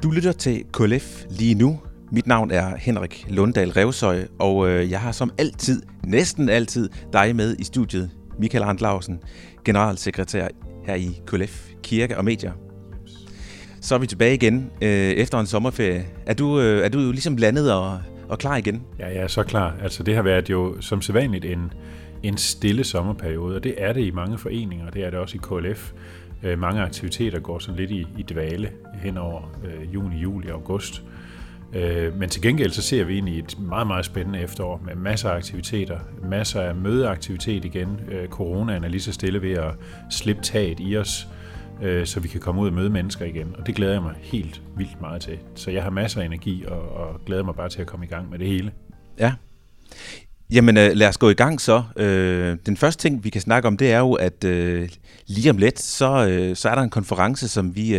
Du lytter til KLF lige nu. Mit navn er Henrik Lundahl Revsøj, og jeg har som altid, næsten altid, dig med i studiet. Michael Arndt Lausen, generalsekretær her i KLF Kirke og Medier. Så er vi tilbage igen efter en sommerferie. Er du ligesom landet og klar igen? Ja, jeg er så klar. Altså, det har været jo som sædvanligt en stille sommerperiode, og det er det i mange foreninger, det er det også i KLF. Mange aktiviteter går sådan lidt i dvale hen over juni, juli og august. Men til gengæld så ser vi ind i et meget, meget spændende efterår med masser af aktiviteter, masser af mødeaktivitet igen. Coronaen er lige så stille ved at slippe taget i os, så vi kan komme ud og møde mennesker igen. Og det glæder jeg mig helt vildt meget til. Så jeg har masser af energi og glæder mig bare til at komme i gang med det hele. Ja. Jamen lad os gå i gang så. Den første ting, vi kan snakke om, det er jo, at lige om lidt, så er der en konference, som vi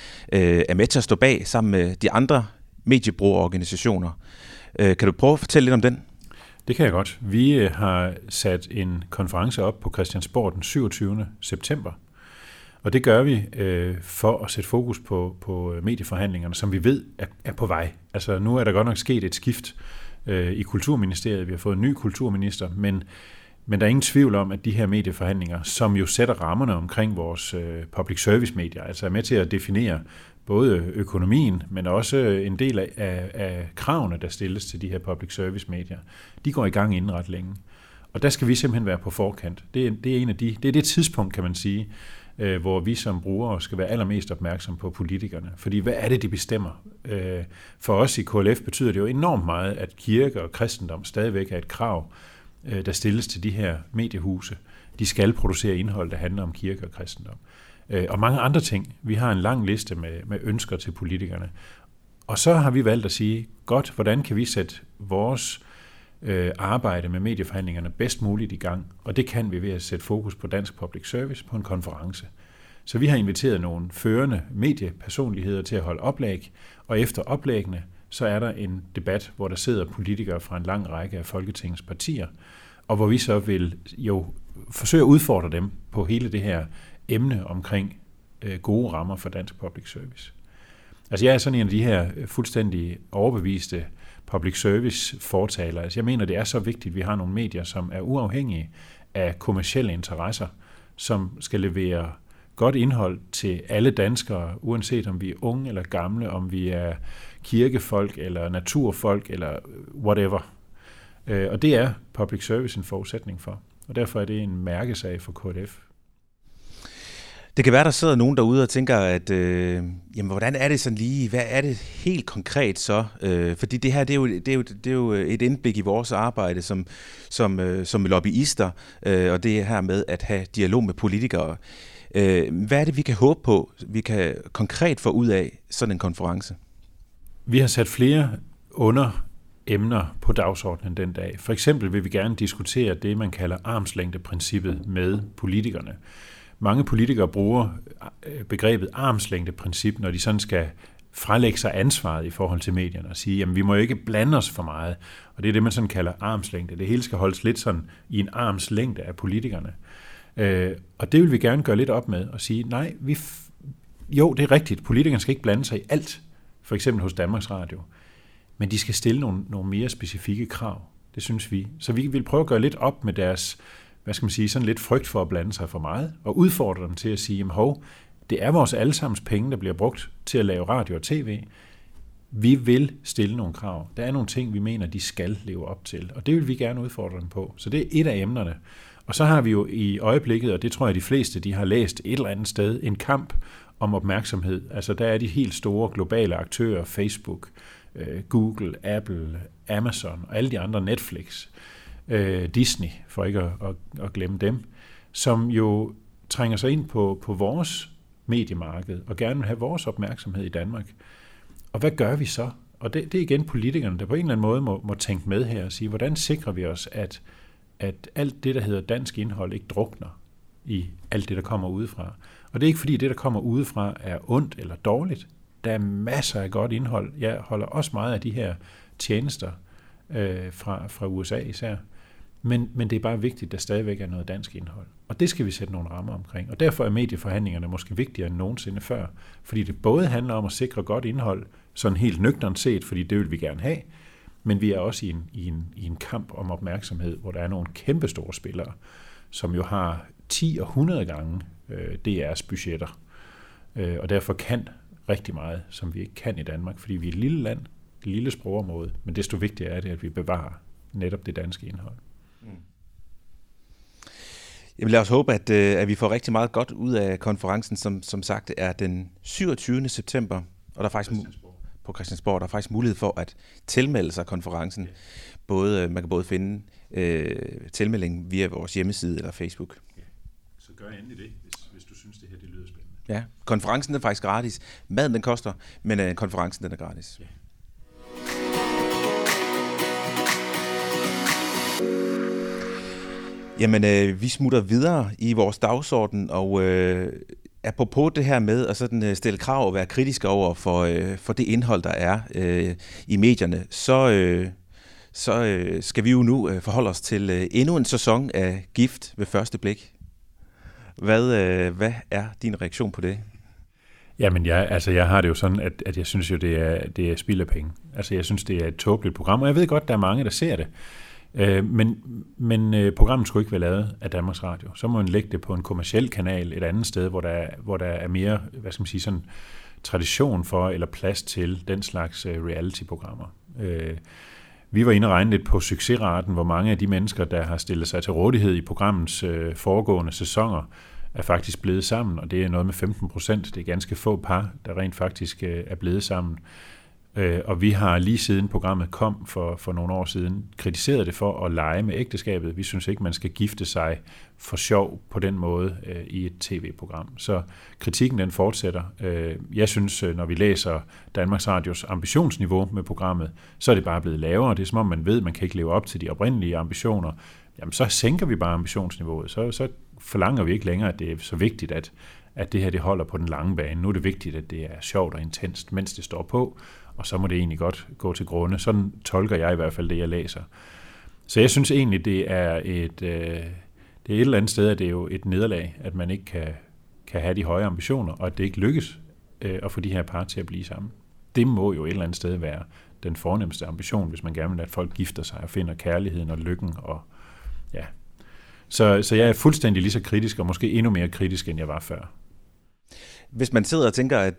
er med til at stå bag sammen med de andre mediebrugerorganisationer. Kan du prøve at fortælle lidt om den? Det kan jeg godt. Vi har sat en konference op på Christiansborg den 27. september. Og det gør vi for at sætte fokus på medieforhandlingerne, som vi ved er på vej. Altså nu er der godt nok sket et skift i Kulturministeriet. Vi har fået en ny kulturminister, men der er ingen tvivl om, at de her medieforhandlinger, som jo sætter rammerne omkring vores public service medier, altså er med til at definere både økonomien, men også en del af kravene, der stilles til de her public service medier, de går i gang inden ret længe. Og der skal vi simpelthen være på forkant. Det er det tidspunkt, kan man sige, hvor vi som brugere skal være allermest opmærksom på politikerne. Fordi hvad er det, de bestemmer? For os i KLF betyder det jo enormt meget, at kirke og kristendom stadigvæk er et krav, der stilles til de her mediehuse. De skal producere indhold, der handler om kirke og kristendom. Og mange andre ting. Vi har en lang liste med ønsker til politikerne. Og så har vi valgt at sige, godt, hvordan kan vi sætte vores arbejde med medieforhandlingerne bedst muligt i gang, og det kan vi ved at sætte fokus på dansk public service på en konference. Så vi har inviteret nogle førende mediepersonligheder til at holde oplæg, og efter oplæggene, så er der en debat, hvor der sidder politikere fra en lang række af Folketingets partier, og hvor vi så vil jo forsøge at udfordre dem på hele det her emne omkring gode rammer for dansk public service. Altså jeg er sådan en af de her fuldstændig overbeviste public service fortalere. Altså jeg mener, det er så vigtigt, at vi har nogle medier, som er uafhængige af kommercielle interesser, som skal levere godt indhold til alle danskere, uanset om vi er unge eller gamle, om vi er kirkefolk eller naturfolk eller whatever. Og det er public service en forudsætning for. Og derfor er det en mærkesag for KLF. Det kan være, der sidder nogen derude og tænker, at jamen, hvordan er det sådan lige? Hvad er det helt konkret så? Fordi det her, det er jo et indblik i vores arbejde som lobbyister, og det er her med at have dialog med politikere. Hvad er det, vi kan håbe på, vi kan konkret få ud af sådan en konference? Vi har sat flere underemner på dagsordenen den dag. For eksempel vil vi gerne diskutere det, man kalder armslængdeprincippet med politikerne. Mange politikere bruger begrebet armslængdeprincip, når de sådan skal frelægge sig ansvaret i forhold til medierne og sige, jamen vi må jo ikke blande os for meget. Og det er det, man sådan kalder armslængde. Det hele skal holdes lidt sådan i en armslængde af politikerne. Og det vil vi gerne gøre lidt op med og sige, nej, jo, det er rigtigt. Politikerne skal ikke blande sig i alt, for eksempel hos Danmarks Radio. Men de skal stille nogle mere specifikke krav. Det synes vi. Så vi vil prøve at gøre lidt op med deres, hvad skal man sige, sådan lidt frygt for at blande sig for meget, og udfordre dem til at sige, jamen hov, det er vores allesammens penge, der bliver brugt til at lave radio og tv. Vi vil stille nogle krav. Der er nogle ting, vi mener, de skal leve op til, og det vil vi gerne udfordre dem på. Så det er et af emnerne. Og så har vi jo i øjeblikket, og det tror jeg, de fleste, de har læst et eller andet sted, en kamp om opmærksomhed. Altså der er de helt store globale aktører, Facebook, Google, Apple, Amazon og alle de andre, Netflix, Disney, for ikke at glemme dem, som jo trænger sig ind på vores mediemarked og gerne vil have vores opmærksomhed i Danmark. Og hvad gør vi så? Og det er igen politikerne, der på en eller anden måde må tænke med her og sige, hvordan sikrer vi os, at alt det, der hedder dansk indhold, ikke drukner i alt det, der kommer udefra. Og det er ikke fordi, det, der kommer udefra, er ondt eller dårligt. Der er masser af godt indhold. Jeg holder også meget af de her tjenester fra USA især. Men det er bare vigtigt, at der stadigvæk er noget dansk indhold. Og det skal vi sætte nogle rammer omkring. Og derfor er medieforhandlingerne måske vigtigere end nogensinde før. Fordi det både handler om at sikre godt indhold, sådan helt nøgternt set, fordi det vil vi gerne have, men vi er også i en kamp om opmærksomhed, hvor der er nogle kæmpestore spillere, som jo har 10 og 100 gange DR's budgetter. Og derfor kan rigtig meget, som vi ikke kan i Danmark, fordi vi er et lille land, et lille sprogområde, men desto vigtigere er det, at vi bevarer netop det danske indhold. Jamen lad os håbe, at vi får rigtig meget godt ud af konferencen, som sagt er den 27. september, og der er faktisk på Christiansborg, der er faktisk mulighed for at tilmelde sig konferencen. Man kan både finde tilmeldingen via vores hjemmeside eller Facebook. Ja. Så gør endelig det, hvis du synes, det her det lyder spændende. Ja, konferencen er faktisk gratis. Maden den koster, men konferencen den er gratis. Ja. Jamen, vi smutter videre i vores dagsorden, og apropos det her med at sådan stille krav og være kritisk over for det indhold, der er i medierne, så skal vi jo nu forholde os til endnu en sæson af Gift ved første blik. Hvad er din reaktion på det? Jamen, jeg har det jo sådan, at jeg synes jo, det er spild af penge. Altså, jeg synes, det er et tåbeligt program, og jeg ved godt, der er mange, der ser det. Men programmet skulle ikke være lavet af Danmarks Radio. Så må man lægge det på en kommerciel kanal et andet sted, hvor der er mere, hvad skal man sige, sådan tradition for eller plads til den slags reality-programmer. Vi var inde og regne lidt på succesraten, hvor mange af de mennesker, der har stillet sig til rådighed i programmets foregående sæsoner, er faktisk blevet sammen, og det er noget med 15%. Det er ganske få par, der rent faktisk er blevet sammen. Og vi har lige siden programmet kom for nogle år siden kritiseret det for at lege med ægteskabet. Vi synes ikke, man skal gifte sig for sjov på den måde i et tv-program. Så kritikken den fortsætter. Jeg synes, når vi læser Danmarks Radios ambitionsniveau med programmet, så er det bare blevet lavere. Det er som om man ved, at man kan ikke leve op til de oprindelige ambitioner. Jamen så sænker vi bare ambitionsniveauet. Så forlanger vi ikke længere, at det er så vigtigt, at det her det holder på den lange bane. Nu er det vigtigt, at det er sjovt og intenst, mens det står på. Og så må det egentlig godt gå til grunde. Sådan tolker jeg i hvert fald det, jeg læser. Så jeg synes egentlig, det er et eller andet sted, at det er jo et nederlag, at man ikke kan have de høje ambitioner, og at det ikke lykkes at få de her par til at blive sammen. Det må jo et eller andet sted være den fornemmeste ambition, hvis man gerne vil, at folk gifter sig og finder kærligheden og lykken. Og, ja. Så jeg er fuldstændig lige så kritisk, og måske endnu mere kritisk, end jeg var før. Hvis man sidder og tænker, at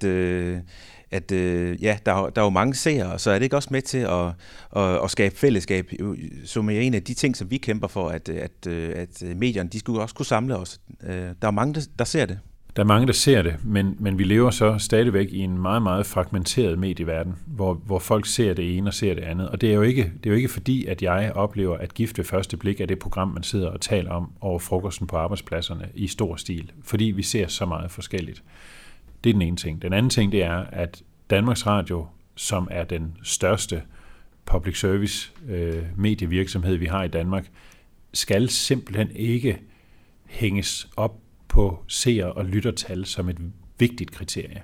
der er jo mange seere, så er det ikke også med til at skabe fællesskab, som er en af de ting, som vi kæmper for, at medierne de skulle også kunne samle os. Der er mange, der ser det. Der er mange, der ser det, men vi lever så stadigvæk i en meget, meget fragmenteret medieverden, hvor folk ser det ene og ser det andet. Og det er jo ikke fordi, at jeg oplever, at Gift ved første blik er det program, man sidder og taler om over frokosten på arbejdspladserne i stor stil, fordi vi ser så meget forskelligt. Det er den ene ting. Den anden ting, det er, at Danmarks Radio, som er den største public service medievirksomhed, vi har i Danmark, skal simpelthen ikke hænges op på seer- og lyttertal som et vigtigt kriterie.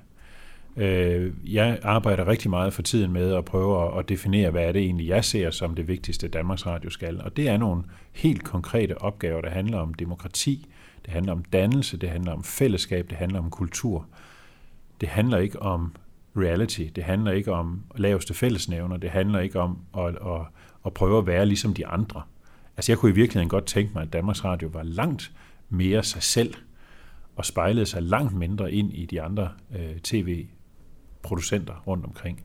Jeg arbejder rigtig meget for tiden med at prøve at definere, hvad er det egentlig, jeg ser som det vigtigste, Danmarks Radio skal. Og det er nogle helt konkrete opgaver, der handler om demokrati, det handler om dannelse, det handler om fællesskab, det handler om kultur. Det handler ikke om reality, det handler ikke om laveste fællesnævner, det handler ikke om at prøve at være ligesom de andre. Altså jeg kunne i virkeligheden godt tænke mig, at Danmarks Radio var langt mere sig selv, og spejlede sig langt mindre ind i de andre tv-producenter rundt omkring.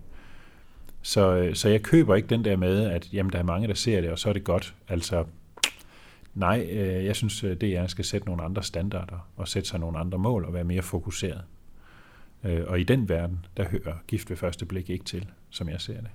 Så jeg køber ikke den der med, at jamen, der er mange, der ser det, og så er det godt. Altså, nej, jeg synes, DR skal sætte nogle andre standarder, og sætte sig nogle andre mål, og være mere fokuseret. Og i den verden, der hører Gift ved første blik ikke til, som jeg ser det.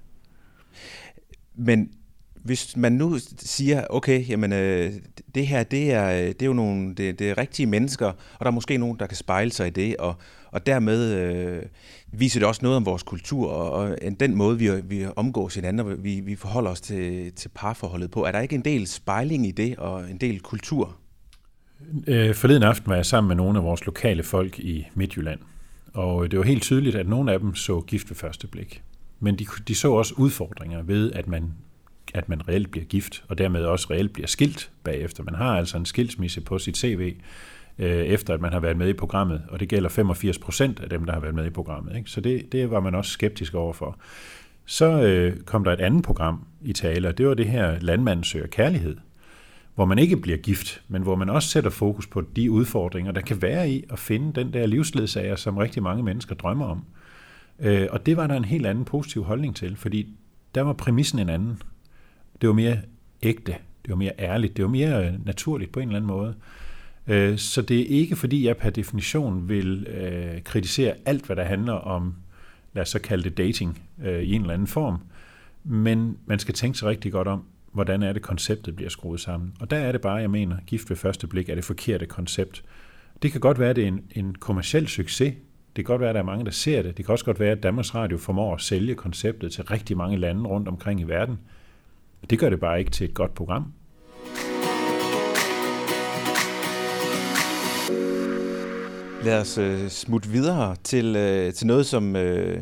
Men hvis man nu siger, okay, jamen det her, det er jo nogle det er rigtige mennesker, og der er måske nogen, der kan spejle sig i det, og dermed viser det også noget om vores kultur, og den måde, vi omgås hinanden, og vi forholder os til parforholdet på. Er der ikke en del spejling i det, og en del kultur? Forleden aften var jeg sammen med nogle af vores lokale folk i Midtjylland, og det var helt tydeligt, at nogle af dem så Gift ved første blik. Men de så også udfordringer ved, at man at man reelt bliver gift, og dermed også reelt bliver skilt bagefter. Man har altså en skilsmisse på sit CV, efter at man har været med i programmet, og det gælder 85% af dem, der har været med i programmet. Ikke? Så det var man også skeptisk overfor. Så kom der et andet program i tale, og det var det her Landmanden søger kærlighed, hvor man ikke bliver gift, men hvor man også sætter fokus på de udfordringer, der kan være i at finde den der livsledsager, som rigtig mange mennesker drømmer om. Og det var der en helt anden positiv holdning til, fordi der var præmissen en anden. Det var mere ægte, det var mere ærligt, det var mere naturligt på en eller anden måde. Så det er ikke, fordi jeg per definition vil kritisere alt, hvad der handler om, lad os så kalde det dating i en eller anden form, men man skal tænke sig rigtig godt om, hvordan er det konceptet bliver skruet sammen. Og der er det bare, jeg mener, gift ved første blik er det forkerte koncept. Det kan godt være, at det er en kommerciel succes. Det kan godt være, at der er mange, der ser det. Det kan også godt være, at Danmarks Radio formår at sælge konceptet til rigtig mange lande rundt omkring i verden. Det gør det bare ikke til et godt program. Lad os smutte videre til noget, som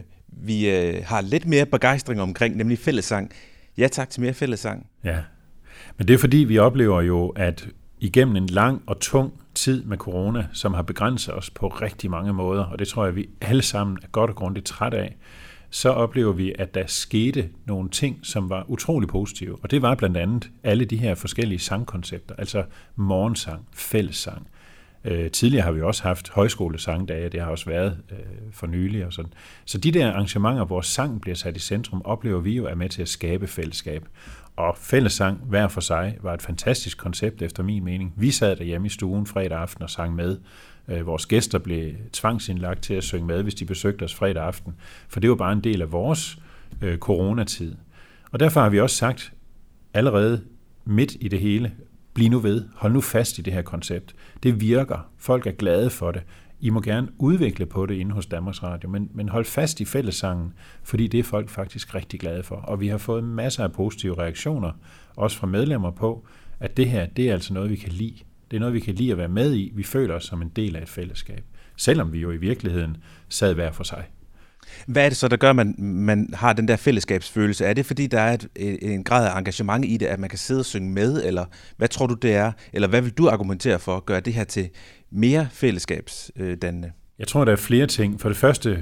vi har lidt mere begejstring omkring, nemlig fællessang. Ja tak til mere fællessang. Ja, men det er fordi, vi oplever jo, at igennem en lang og tung tid med corona, som har begrænset os på rigtig mange måder, og det tror jeg, vi alle sammen er godt og grundigt træt af, så oplever vi, at der skete nogle ting, som var utrolig positive. Og det var blandt andet alle de her forskellige sangkoncepter, altså morgensang, fællessang. Tidligere har vi også haft højskolesangdage, det har også været for nylig og sådan. Så de der arrangementer, hvor sang bliver sat i centrum, oplever vi jo er med til at skabe fællesskab. Og fællessang hver for sig var et fantastisk koncept efter min mening. Vi sad derhjemme i stuen fredag aften og sang med. Vores gæster blev tvangsindlagt til at synge med, hvis de besøgte os fredag aften. For det var bare en del af vores coronatid. Og derfor har vi også sagt allerede midt i det hele, bliv nu ved, hold nu fast i det her koncept. Det virker, folk er glade for det. I må gerne udvikle på det inde hos Danmarks Radio, men hold fast i fællessangen, fordi det er folk faktisk rigtig glade for. Og vi har fået masser af positive reaktioner, også fra medlemmer på, at det her, det er altså noget, vi kan lide. Det er noget, vi kan lide at være med i. Vi føler os som en del af et fællesskab, selvom vi jo i virkeligheden sad hver for sig. Hvad er det så, der gør, at man har den der fællesskabsfølelse? Er det, fordi der er en grad af engagement i det, at man kan sidde og synge med, eller hvad tror du, det er? Eller hvad vil du argumentere for at gøre det her til mere fællesskabsdannende? Jeg tror, der er flere ting. For det første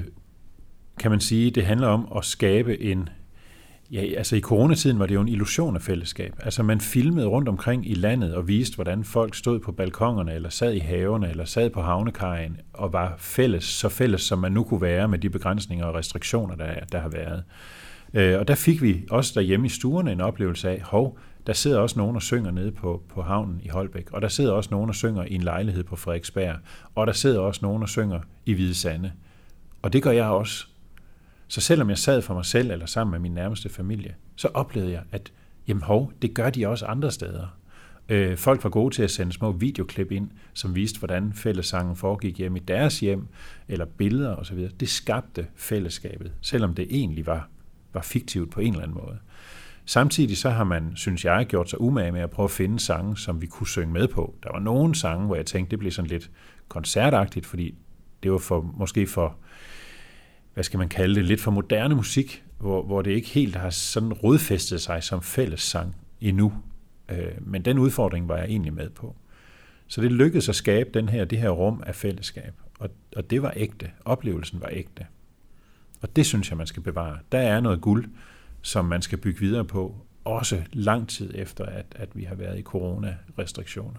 kan man sige, det handler om at skabe en... Ja, altså i coronatiden var det jo en illusion af fællesskab. Altså man filmede rundt omkring i landet og viste, hvordan folk stod på balkonerne, eller sad i haverne, eller sad på havnekajen, og var fælles, så fælles som man nu kunne være med de begrænsninger og restriktioner, der har været. Og der fik vi også derhjemme i stuerne en oplevelse af, der sidder også nogen og synger nede på havnen i Holbæk, og der sidder også nogen og synger i en lejlighed på Frederiksberg, og der sidder også nogen og synger i Hvide Sande. Og det gør jeg også. Så selvom jeg sad for mig selv eller sammen med min nærmeste familie, så oplevede jeg, at det gør de også andre steder. Folk var gode til at sende små videoklip ind, som viste, hvordan fællessangen foregik hjemme i deres hjem, eller billeder osv. Det skabte fællesskabet, selvom det egentlig var fiktivt på en eller anden måde. Samtidig så har man, synes jeg, gjort sig umage med at prøve at finde sange, som vi kunne synge med på. Der var nogle sange, hvor jeg tænkte, det blev sådan lidt koncertagtigt, fordi det var måske for hvad skal man kalde det, lidt for moderne musik, hvor det ikke helt har sådan rodfæstet sig som fællessang endnu. Men den udfordring var jeg egentlig med på. Så det lykkedes at skabe det her rum af fællesskab. Og det var ægte. Oplevelsen var ægte. Og det synes jeg, man skal bevare. Der er noget guld, som man skal bygge videre på, også lang tid efter, at vi har været i coronarestriktioner.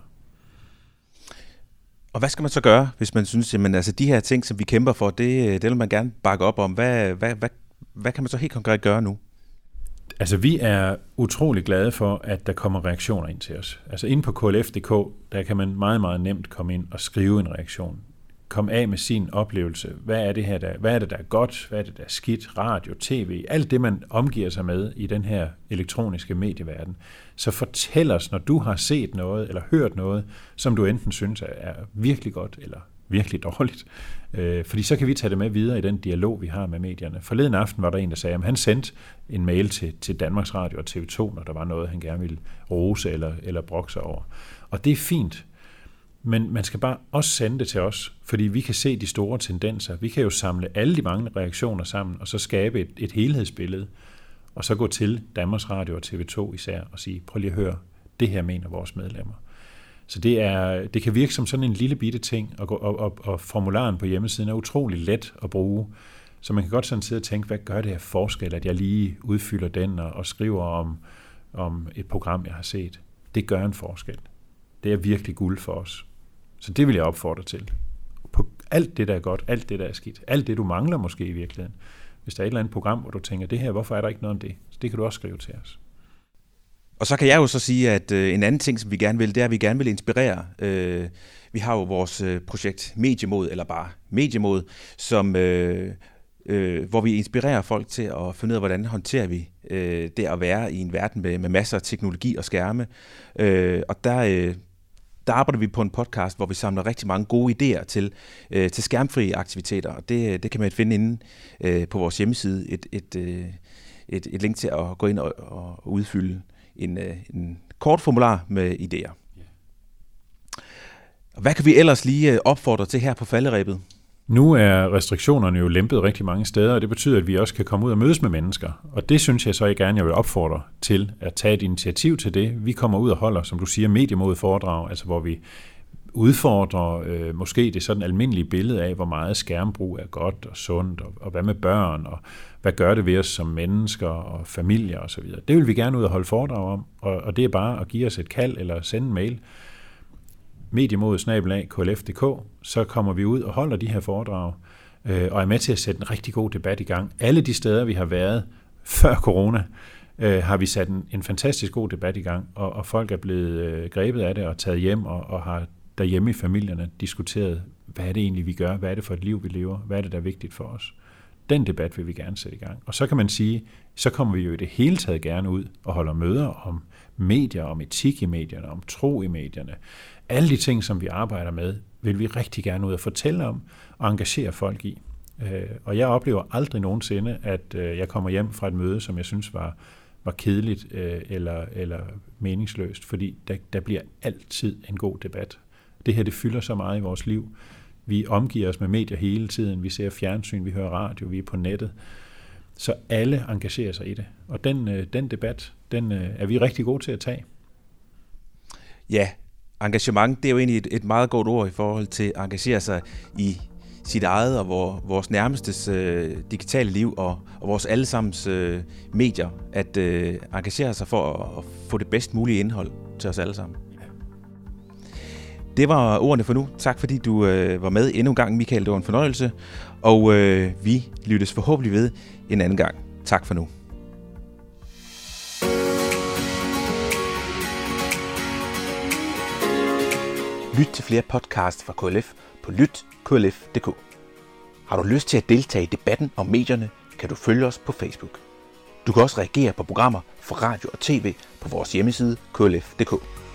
Og hvad skal man så gøre, hvis man synes, at de her ting, som vi kæmper for, det vil man gerne bakke op om. Hvad kan man så helt konkret gøre nu? Altså, vi er utrolig glade for, at der kommer reaktioner ind til os. Altså, inde på klf.dk, der kan man meget, meget nemt komme ind og skrive en reaktion. Kom af med sin oplevelse. Hvad er det her, hvad er det, der er godt? Hvad er det, der er skidt? Radio, tv, alt det, man omgiver sig med i den her elektroniske medieverden. Så fortæl os, når du har set noget eller hørt noget, som du enten synes er virkelig godt eller virkelig dårligt. Fordi så kan vi tage det med videre i den dialog, vi har med medierne. Forleden aften var der en, der sagde, at han sendte en mail til Danmarks Radio og TV2, når der var noget, han gerne ville rose eller brokke sig over. Og det er fint. Men man skal bare også sende det til os, fordi vi kan se de store tendenser. Vi kan jo samle alle de mange reaktioner sammen, og så skabe et helhedsbillede. og så gå til Danmarks Radio og TV2 især og sige, prøv lige at høre, det her mener vores medlemmer. Så det kan virke som sådan en lille bitte ting, og formularen på hjemmesiden er utrolig let at bruge. Så man kan godt sådan sidde og tænke, hvad gør det her forskel, at jeg lige udfylder den og skriver om et program, jeg har set. Det gør en forskel. Det er virkelig guld for os. Så det vil jeg opfordre til. På alt det, der er godt, alt det, der er skidt, alt det, du mangler måske i virkeligheden. Hvis der er et eller andet program, hvor du tænker, det her, hvorfor er der ikke noget om det? Så det kan du også skrive til os. Og så kan jeg jo så sige, at en anden ting, som vi gerne vil, det er, at vi gerne vil inspirere. Vi har jo vores projekt Mediemod, eller bare Mediemod, som, hvor vi inspirerer folk til at finde ud af, hvordan håndterer vi det at være i en verden med masser af teknologi og skærme. Og der arbejder vi på en podcast, hvor vi samler rigtig mange gode idéer til skærmfri aktiviteter. Og det kan man finde inde på vores hjemmeside. Et link til at gå ind og udfylde en kort formular med idéer. Hvad kan vi ellers lige opfordre til her på falderebet? Nu er restriktionerne jo lempet rigtig mange steder, og det betyder, at vi også kan komme ud og mødes med mennesker. Og det synes jeg så jeg vil opfordre til at tage et initiativ til det. Vi kommer ud og holder, som du siger, mediemod foredrag, altså hvor vi udfordrer måske det sådan almindelige billede af, hvor meget skærmbrug er godt og sundt, og hvad med børn, og hvad gør det ved os som mennesker og familier osv. Det vil vi gerne ud og holde foredrag om, og det er bare at give os et kald eller sende en mail, mediemod@klf.dk, så kommer vi ud og holder de her foredrag, og er med til at sætte en rigtig god debat i gang. Alle de steder, vi har været før corona, har vi sat en fantastisk god debat i gang, og folk er blevet grebet af det og taget hjem og har derhjemme i familierne diskuteret, hvad er det egentlig, vi gør, hvad er det for et liv, vi lever, hvad er det, der er vigtigt for os. Den debat vil vi gerne sætte i gang. Og så kan man sige, så kommer vi jo i det hele taget gerne ud og holder møder om medier, om etik i medierne, om tro i medierne. Alle de ting, som vi arbejder med, vil vi rigtig gerne ud og fortælle om og engagere folk i. Og jeg oplever aldrig nogensinde, at jeg kommer hjem fra et møde, som jeg synes var kedeligt eller meningsløst, fordi der bliver altid en god debat. Det her, det fylder så meget i vores liv. Vi omgiver os med medier hele tiden. Vi ser fjernsyn, vi hører radio, vi er på nettet. Så alle engagerer sig i det. Og den debat, den er vi rigtig gode til at tage. Ja, engagement, det er jo egentlig et meget godt ord i forhold til at engagere sig i sit eget og vores nærmestes digitale liv og vores allesammens medier. At engagere sig for at få det bedst mulige indhold til os alle sammen. Det var ordene for nu. Tak fordi du var med endnu en gang, Michael. Det var en fornøjelse. Og vi lyttes forhåbentlig ved en anden gang. Tak for nu. Lyt til flere podcasts fra KLF på lytklf.dk. Har du lyst til at deltage i debatten om medierne, kan du følge os på Facebook. Du kan også reagere på programmer fra radio og tv på vores hjemmeside klf.dk.